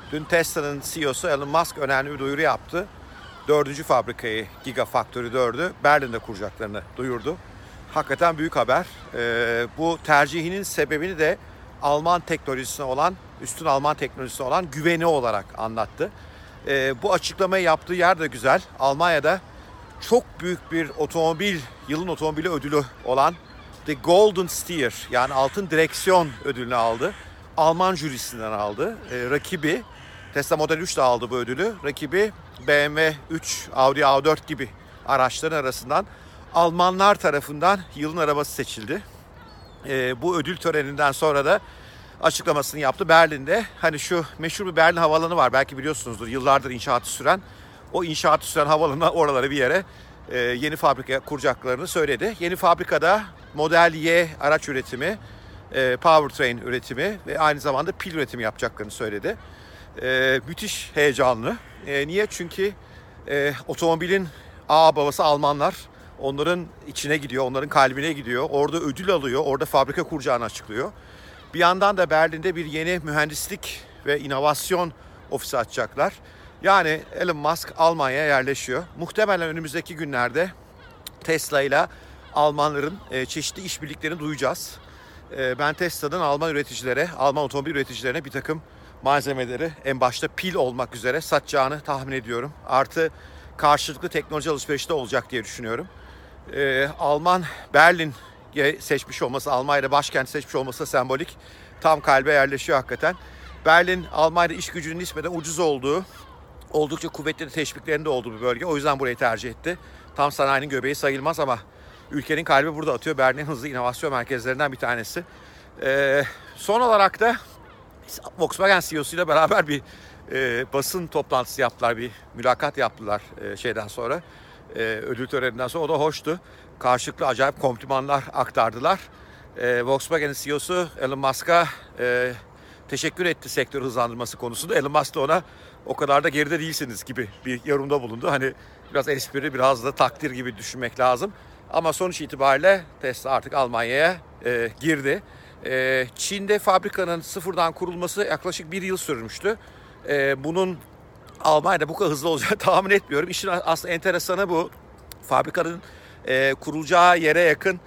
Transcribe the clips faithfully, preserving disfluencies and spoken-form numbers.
Dün Tesla'nın C E O'su Elon Musk önemli bir duyuru yaptı. Dördüncü fabrikayı, Gigafactory dördü Berlin'de kuracaklarını duyurdu. Hakikaten büyük haber. Ee, bu tercihinin sebebini de Alman teknolojisine olan, üstün Alman teknolojisine olan güveni olarak anlattı. Ee, bu açıklamayı yaptığı yer de güzel. Almanya'da çok büyük bir otomobil, yılın otomobili ödülü olan The Golden Steer, yani altın direksiyon ödülünü aldı. Alman jürisinden aldı. Ee, rakibi Tesla Model üç de aldı bu ödülü. Rakibi B M W üç, Audi A dört gibi araçların arasından Almanlar tarafından yılın arabası seçildi. Ee, bu ödül töreninden sonra da açıklamasını yaptı Berlin'de. Hani şu meşhur bir Berlin Havaalanı var, belki biliyorsunuzdur, yıllardır inşaatı süren. O inşaatı süren havaalanına, oralara bir yere e, yeni fabrika kuracaklarını söyledi. Yeni fabrikada Model Y araç üretimi, e, powertrain üretimi ve aynı zamanda pil üretimi yapacaklarını söyledi. E, müthiş heyecanlı. E, niye? Çünkü e, otomobilin ağ babası Almanlar. Onların içine gidiyor, onların kalbine gidiyor. Orada ödül alıyor, orada fabrika kuracağını açıklıyor. Bir yandan da Berlin'de bir yeni mühendislik ve inovasyon ofisi açacaklar. Yani Elon Musk Almanya'ya yerleşiyor. Muhtemelen önümüzdeki günlerde Tesla ile Almanların e, çeşitli işbirliklerini duyacağız. E, ben Tesla'nın Alman üreticilere, Alman otomobil üreticilerine bir takım malzemeleri, en başta pil olmak üzere, satacağını tahmin ediyorum. Artı karşılıklı teknoloji alışverişi de olacak diye düşünüyorum. E, Alman Berlin seçmiş olması, Almanya'da başkent seçmiş olması da sembolik. Tam kalbe yerleşiyor hakikaten. Berlin, Almanya'da iş gücünün nispeten ucuz olduğu, oldukça kuvvetli de teşviklerinde olduğu bir bölge. O yüzden burayı tercih etti. Tam sanayinin göbeği sayılmaz ama ülkenin kalbi burada atıyor. Berlin hızlı inovasyon merkezlerinden bir tanesi. Ee, son olarak da Volkswagen C E O'suyla beraber bir e, basın toplantısı yaptılar. Bir mülakat yaptılar e, şeyden sonra. E, ödül töreninden sonra. O da hoştu. Karşılıklı acayip komplimanlar aktardılar. E, Volkswagen'in C E O'su Elon Musk'a e, teşekkür etti sektörü hızlandırması konusunda. Elon Musk da ona o kadar da geride değilsiniz gibi bir yorumda bulundu. Hani biraz espri, biraz da takdir gibi düşünmek lazım. Ama sonuç itibariyle Tesla artık Almanya'ya e, girdi. E, Çin'de fabrikanın sıfırdan kurulması yaklaşık bir yıl sürmüştü. E, bunun Almanya'da bu kadar hızlı olacağını tahmin etmiyorum. İşin aslında enteresanı bu. Fabrikanın e, kurulacağı yere yakın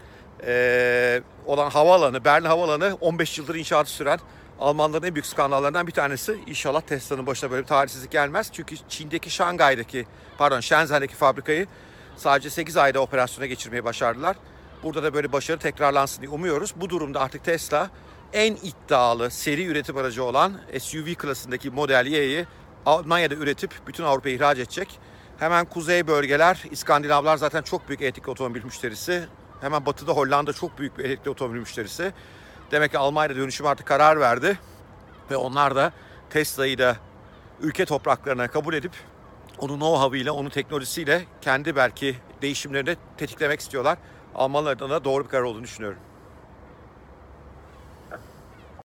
e, olan havaalanı, Berlin Havaalanı on beş yıldır inşaatı süren Almanların en büyük skandallarından bir tanesi. İnşallah Tesla'nın başına böyle bir talihsizlik gelmez. Çünkü Çin'deki Şangay'daki, pardon Shenzhen'deki fabrikayı sadece sekiz ayda operasyona geçirmeyi başardılar. Burada da böyle başarı tekrarlansın diye umuyoruz. Bu durumda artık Tesla en iddialı seri üretim aracı olan S U V klasındaki Model Y'yi Almanya'da üretip bütün Avrupa'ya ihraç edecek. Hemen kuzey bölgeler, İskandinavlar zaten çok büyük elektrikli otomobil müşterisi. Hemen batıda Hollanda çok büyük bir elektrikli otomobil müşterisi. Demek ki Almanya'da dönüşüm artık karar verdi. Ve onlar da Tesla'yı da ülke topraklarına kabul edip onun know-how'ıyla, onun teknolojisiyle kendi belki değişimlerini tetiklemek istiyorlar. Almanların da doğru bir karar olduğunu düşünüyorum.